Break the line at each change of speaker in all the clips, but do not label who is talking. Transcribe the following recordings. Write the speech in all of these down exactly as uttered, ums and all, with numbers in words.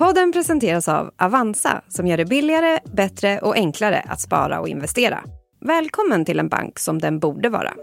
Podden presenteras av Avanza som gör det billigare, bättre och enklare att spara och investera. Välkommen till en bank som den borde vara.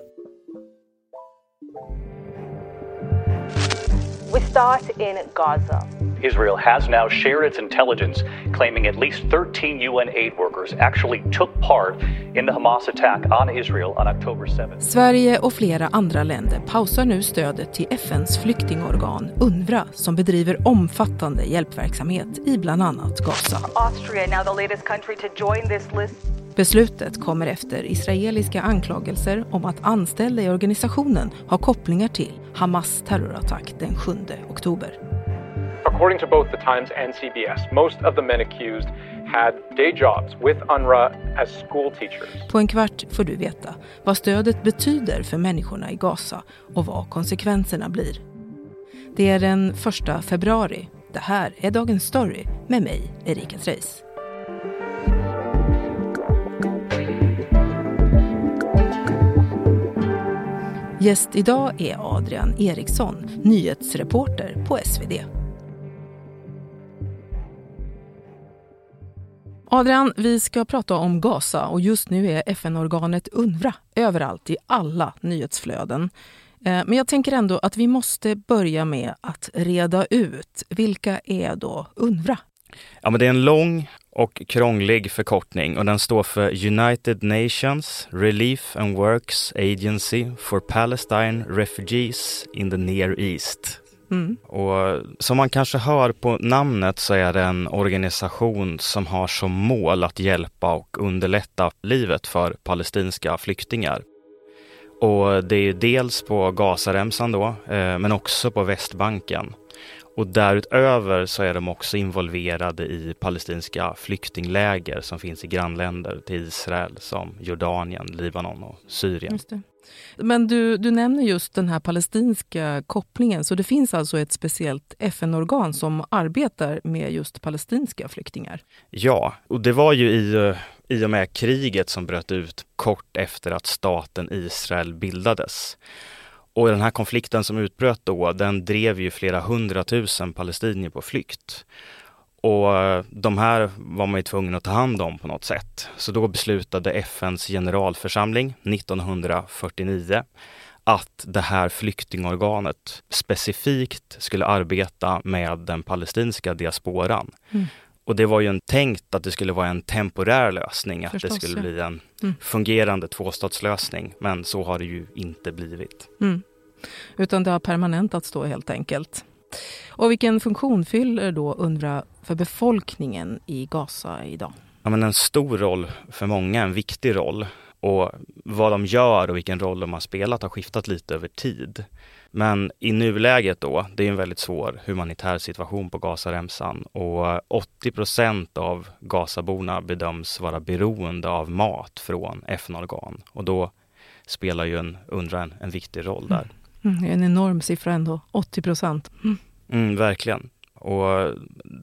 We start in Gaza.
Israel has now shared its intelligence, claiming at least thirteen U N aid workers actually took part in the Hamas attack on Israel on October seventh.
Sverige och flera andra länder pausar nu stödet till F N:s flyktingorgan UNRWA som bedriver omfattande hjälpverksamhet i bland annat Gaza.
Austria now the latest country to join this list.
Beslutet kommer efter israeliska anklagelser om att anställda i organisationen har kopplingar till Hamas terrorattack den sjunde oktober.
According to both the Times and C B S, most of the men accused had day jobs with UNRWA as school teachers.
På en kvart får du veta vad stödet betyder för människorna i Gaza och vad konsekvenserna blir. Det är den första februari. Det här är Dagens Story med mig, Erika Treis. Gäst idag är Adrian Eriksson, nyhetsreporter på S V D. Adrian, vi ska prata om Gaza och just nu är F N-organet UNRWA överallt i alla nyhetsflöden. Men jag tänker ändå att vi måste börja med att reda ut. Vilka är då UNRWA?
Ja, men det är en lång och krånglig förkortning och den står för United Nations Relief and Works Agency for Palestine Refugees in the Near East. Mm. Och som man kanske hör på namnet så är det en organisation som har som mål att hjälpa och underlätta livet för palestinska flyktingar. Och det är dels på Gazaremsan då, eh, men också på Västbanken. Och därutöver så är de också involverade i palestinska flyktingläger som finns i grannländer till Israel som Jordanien, Libanon och Syrien.
Just det. Men du, du nämner just den här palestinska kopplingen, så det finns alltså ett speciellt F N-organ som arbetar med just palestinska flyktingar?
Ja, och det var ju i, i och med kriget som bröt ut kort efter att staten Israel bildades. Och den här konflikten som utbröt då, den drev ju flera hundratusen palestinier på flykt. Och de här var man ju tvungen att ta hand om på något sätt. Så då beslutade F N:s generalförsamling nittonhundrafyrtionio att det här flyktingorganet specifikt skulle arbeta med den palestinska diasporan. Mm. Och det var ju en tänkt att det skulle vara en temporär lösning, att Förstås, det skulle ja. bli en mm. fungerande tvåstatslösning. Men så har det ju inte blivit.
Mm. Utan det har permanentats då helt enkelt. Och vilken funktion fyller då UNRWA för befolkningen i Gaza idag?
Ja, men en stor roll för många, en viktig roll. Och vad de gör och vilken roll de har spelat har skiftat lite över tid. Men i nuläget då, det är en väldigt svår humanitär situation på Gazaremsan. Och åttio procent av Gazaborna bedöms vara beroende av mat från F N-organ. Och då spelar ju en UNRWA en, en viktig roll där.
Mm, det är en enorm siffra ändå, åttio procent. Mm.
Mm, verkligen. Och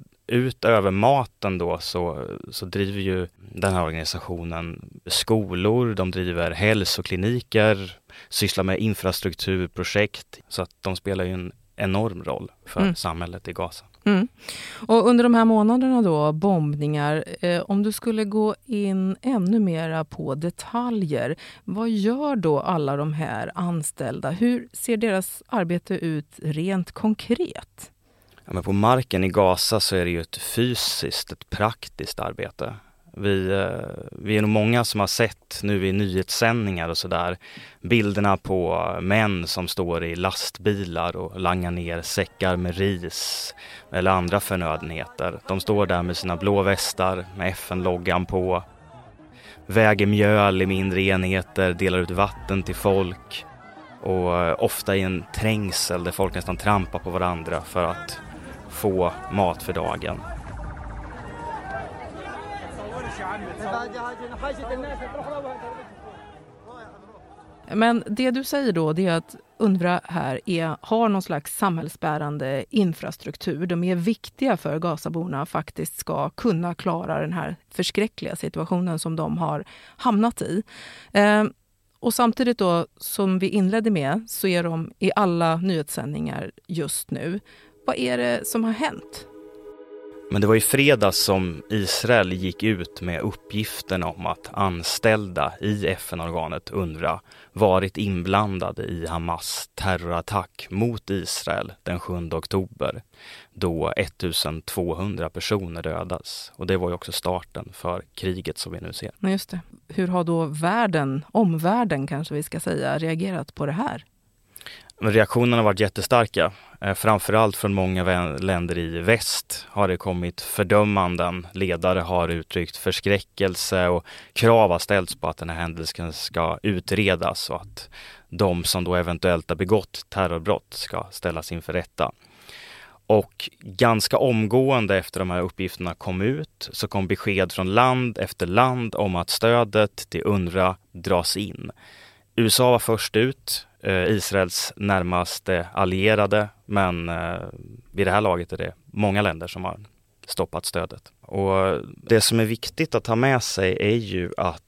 utöver maten då så, så driver ju den här organisationen skolor, de driver hälsokliniker, sysslar med infrastrukturprojekt. Så att de spelar ju en enorm roll för mm. samhället i Gaza.
Mm. Och under de här månaderna då, bombningar, eh, om du skulle gå in ännu mera på detaljer, vad gör då alla de här anställda? Hur ser deras arbete ut rent konkret?
Ja, men på marken i Gaza så är det ju ett fysiskt, ett praktiskt arbete. Vi, vi är nog många som har sett nu i nyhetssändningar och sådär bilderna på män som står i lastbilar och langar ner säckar med ris eller andra förnödenheter. De står där med sina blå västar med F N-loggan på, väger mjöl i mindre enheter, delar ut vatten till folk och ofta i en trängsel där folk nästan trampar på varandra för att få mat för dagen.
Men det du säger då, det är att UNRWA här är, har någon slags samhällsbärande infrastruktur. De är viktiga för Gazaborna faktiskt ska kunna klara den här förskräckliga situationen som de har hamnat i. Eh, och samtidigt då, som vi inledde med, så är de i alla nyhetssändningar just nu. Vad är det som har hänt?
Men det var i fredags som Israel gick ut med uppgiften om att anställda i F N-organet UNRWA varit inblandade i Hamas terrorattack mot Israel den sjunde oktober, då ettusentvåhundra personer dödas. Och det var ju också starten för kriget som vi nu ser.
Ja, just det. Hur har då världen, omvärlden kanske vi ska säga, reagerat på det här?
Reaktionerna har varit jättestarka. Framförallt från många länder i väst har det kommit fördömanden. Ledare har uttryckt förskräckelse och krav har ställts på att den här händelsen ska utredas och att de som då eventuellt har begått terrorbrott ska ställas inför rätta. Och ganska omgående efter de här uppgifterna kom ut så kom besked från land efter land om att stödet till UNRWA dras in. U S A var först ut, Israels närmaste allierade, men vid det här laget är det många länder som har stoppat stödet. Och det som är viktigt att ta med sig är ju att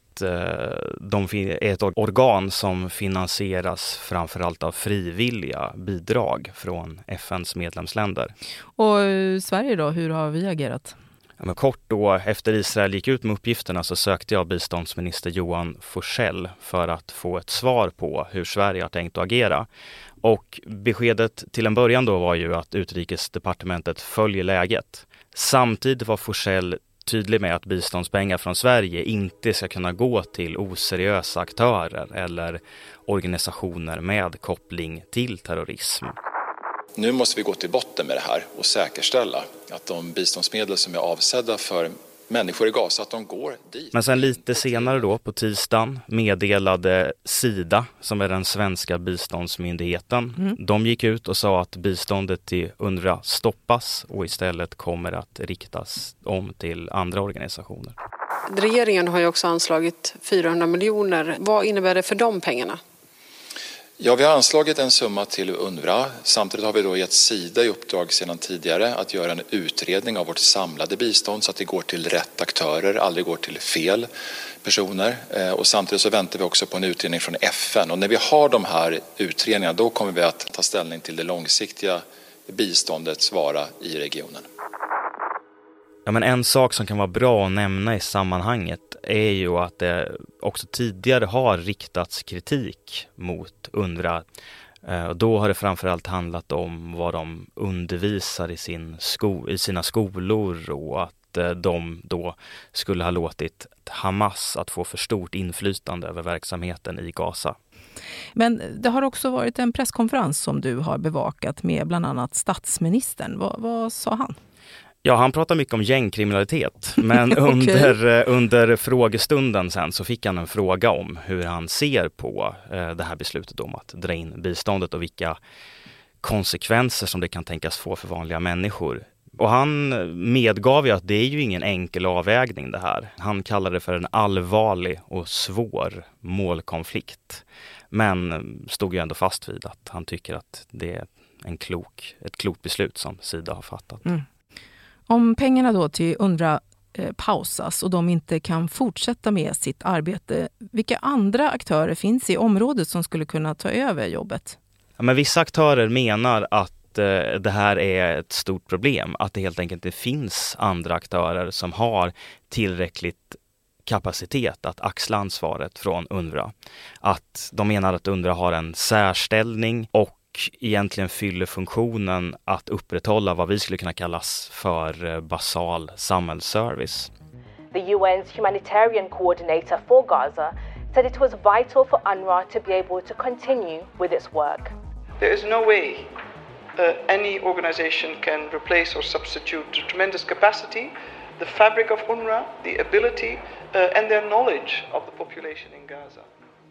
de är ett organ som finansieras framförallt av frivilliga bidrag från F N:s medlemsländer.
Och Sverige då, hur har vi agerat?
Ja, men kort då, efter Israel gick ut med uppgifterna så sökte jag biståndsminister Johan Forssell för att få ett svar på hur Sverige har tänkt att agera. Och beskedet till en början då var ju att Utrikesdepartementet följer läget. Samtidigt var Forssell tydlig med att biståndspengar från Sverige inte ska kunna gå till oseriösa aktörer eller organisationer med koppling till terrorism.
Nu måste vi gå till botten med det här och säkerställa att de biståndsmedel som är avsedda för människor i Gaza, att de går dit.
Men sen lite senare då på tisdagen meddelade Sida, som är den svenska biståndsmyndigheten. Mm. De gick ut och sa att biståndet till UNRWA stoppas och istället kommer att riktas om till andra organisationer.
Regeringen har ju också anslagit fyrahundra miljoner. Vad innebär det för de pengarna?
Ja, vi har anslagit en summa till UNRWA. Samtidigt har vi då gett Sida i uppdrag sedan tidigare att göra en utredning av vårt samlade bistånd så att det går till rätt aktörer, aldrig går till fel personer. Och samtidigt så väntar vi också på en utredning från F N. Och när vi har de här utredningarna då kommer vi att ta ställning till det långsiktiga biståndets vara i regionen.
Ja, men en sak som kan vara bra att nämna i sammanhanget är ju att det också tidigare har riktats kritik mot UNRWA. Då har det framförallt handlat om vad de undervisar i, sin sko- i sina skolor och att de då skulle ha låtit Hamas att få för stort inflytande över verksamheten i Gaza.
Men det har också varit en presskonferens som du har bevakat med bland annat statsministern. Vad, vad sa han?
Ja, han pratar mycket om gängkriminalitet, men okay. under, under frågestunden sen så fick han en fråga om hur han ser på eh, det här beslutet om att dra in biståndet och vilka konsekvenser som det kan tänkas få för vanliga människor. Och han medgav ju att det är ju ingen enkel avvägning det här. Han kallar det för en allvarlig och svår målkonflikt. Men stod ju ändå fast vid att han tycker att det är en klok, ett klokt beslut som Sida har fattat.
Mm. Om pengarna då till UNRWA eh, pausas och de inte kan fortsätta med sitt arbete, vilka andra aktörer finns i området som skulle kunna ta över jobbet?
Ja, men vissa aktörer menar att eh, det här är ett stort problem, att det helt enkelt inte finns andra aktörer som har tillräckligt kapacitet att axla ansvaret från UNRWA. Att de menar att UNRWA har en särställning och egentligen fyller funktionen att upprätthålla vad vi skulle kunna kallas för basal samhällsservice.
The U N's humanitarian coordinator for Gaza said it was vital for UNRWA to be able to continue with its work.
There is no way uh, any organization can replace or substitute the tremendous capacity, the fabric of UNRWA, the ability uh, and their knowledge of the population in Gaza.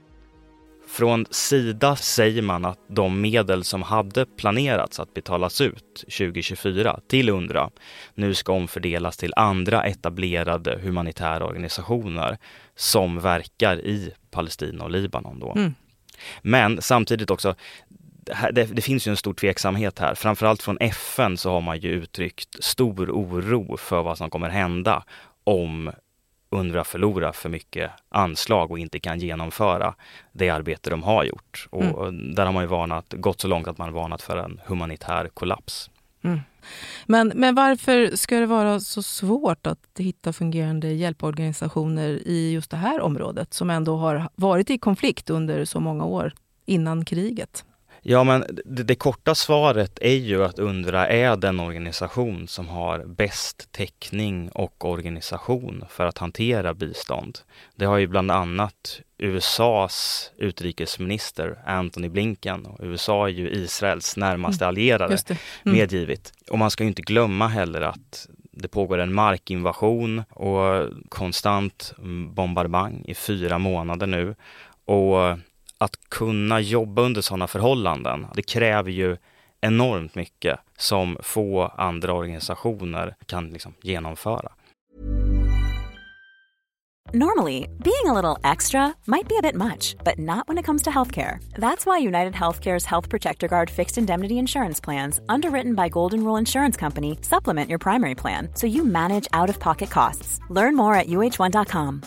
Från Sida säger man att de medel som hade planerats att betalas ut tjugo tjugofyra till UNRWA nu ska omfördelas till andra etablerade humanitära organisationer som verkar i Palestina och Libanon då. Mm. Men samtidigt också, det, det finns ju en stor tveksamhet här. Framförallt från F N så har man ju uttryckt stor oro för vad som kommer hända om UNRWA förlorar för mycket anslag och inte kan genomföra det arbete de har gjort. Och mm. där har man ju varnat, gått så långt att man varnat för en humanitär kollaps.
Mm. Men, men varför ska det vara så svårt att hitta fungerande hjälporganisationer i just det här området som ändå har varit i konflikt under så många år innan kriget?
Ja, men det, det korta svaret är ju att UNRWA är den organisation som har bäst täckning och organisation för att hantera bistånd. Det har ju bland annat U S A:s utrikesminister Antony Blinken, och U S A är ju Israels närmaste allierade,
Just det. Mm.
medgivit. Och man ska ju inte glömma heller att det pågår en markinvasion och konstant bombardemang i fyra månader nu. Och att kunna jobba under sådana förhållanden, det kräver ju enormt mycket som få andra organisationer kan liksom genomföra.
Normally, being a little extra might be a bit much, but not when it comes to healthcare. That's why United Healthcare's Health Protector Guard fixed indemnity insurance plans, underwritten by Golden Rule Insurance Company, supplement your primary plan so you manage out-of-pocket costs. Learn more at u h one dot com.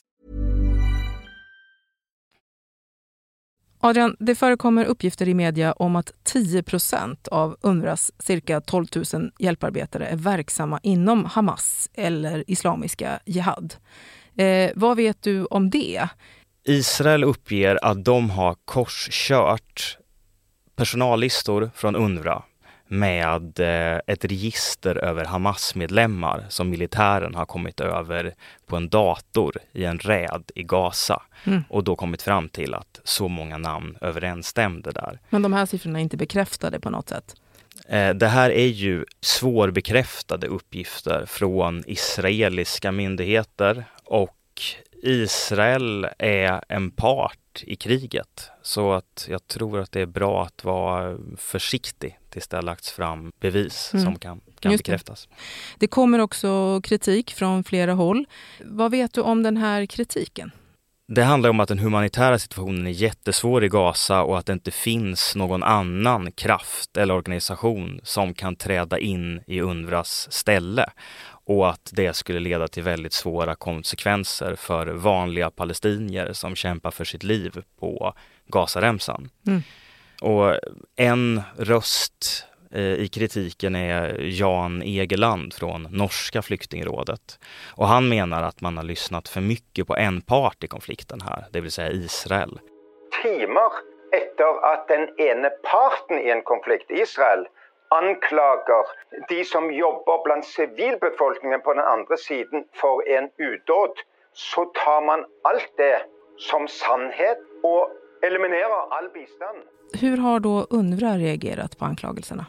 Adrian, det förekommer uppgifter i media om att tio procent av UNRWAs cirka tolv tusen hjälparbetare är verksamma inom Hamas eller Islamiska Jihad. Eh, vad vet du om det?
Israel uppger att de har korskört personallistor från UNRWA med ett register över Hamas-medlemmar som militären har kommit över på en dator i en räd i Gaza. Mm. Och då kommit fram till att så många namn överensstämde där.
Men de här siffrorna är inte bekräftade på något sätt?
Det här är ju svårbekräftade uppgifter från israeliska myndigheter, och Israel är en part i kriget. Så att jag tror att det är bra att vara försiktig tills det har lagts fram bevis mm. som kan, kan bekräftas.
Det. det kommer också kritik från flera håll. Vad vet du om den här kritiken?
Det handlar om att den humanitära situationen är jättesvår i Gaza och att det inte finns någon annan kraft eller organisation som kan träda in i UNRWAs ställe. Och att det skulle leda till väldigt svåra konsekvenser för vanliga palestinier som kämpar för sitt liv på Gazaremsan. Mm. Och en röst eh, i kritiken är Jan Egeland från Norska flyktingrådet. Och han menar att man har lyssnat för mycket på en part i konflikten här, det vill säga Israel.
Timmar efter att den ena parten i en konflikt, Israel, anklagar de som jobbar bland civilbefolkningen på den andra sidan för en utdåd, så tar man allt det som sannhet och eliminerar all bistånd.
Hur har då UNRWA reagerat på anklagelserna?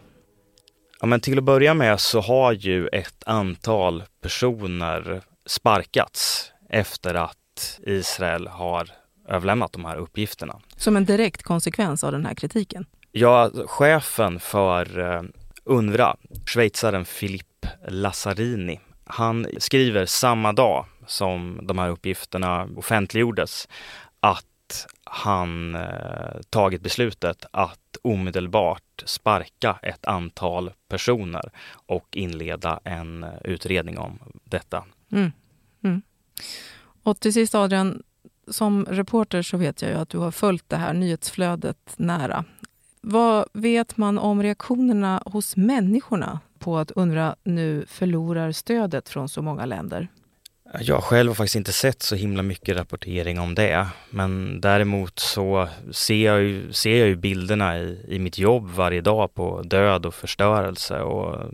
Ja, men till att börja med så har ju ett antal personer sparkats efter att Israel har överlämnat de här uppgifterna.
Som en direkt konsekvens av den här kritiken?
Ja, chefen för UNRWA, schweizaren Philippe Lazzarini, han skriver samma dag som de här uppgifterna offentliggjordes att han eh, tagit beslutet att omedelbart sparka ett antal personer och inleda en utredning om detta.
Mm. Mm. Och till sist, Adrian, som reporter så vet jag ju att du har följt det här nyhetsflödet nära. Vad vet man om reaktionerna hos människorna på att UNRWA nu förlorar stödet från så många länder?
Jag själv har faktiskt inte sett så himla mycket rapportering om det. Men däremot så ser jag ju, ser jag ju bilderna i, i mitt jobb varje dag på död och förstörelse. Och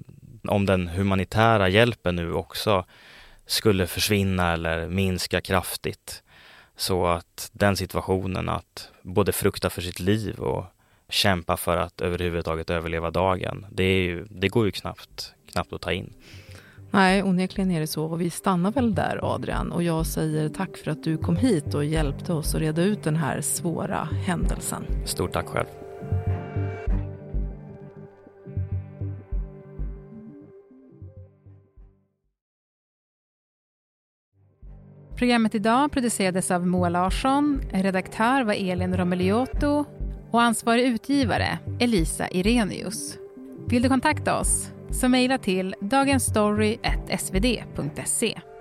om den humanitära hjälpen nu också skulle försvinna eller minska kraftigt. Så att den situationen att både frukta för sitt liv och kämpa för att överhuvudtaget överleva dagen, det, är ju, det går ju knappt, knappt att ta in.
Nej, onekligen är det så. Och vi stannar väl där, Adrian. Och jag säger tack för att du kom hit och hjälpte oss att reda ut den här svåra händelsen.
Stort tack själv.
Programmet idag producerades av Moa Larsson, redaktör var Elin Romeliotto och ansvarig utgivare Elisa Irenius. Vill du kontakta oss så mejla till dagensstory at s v d punkt se.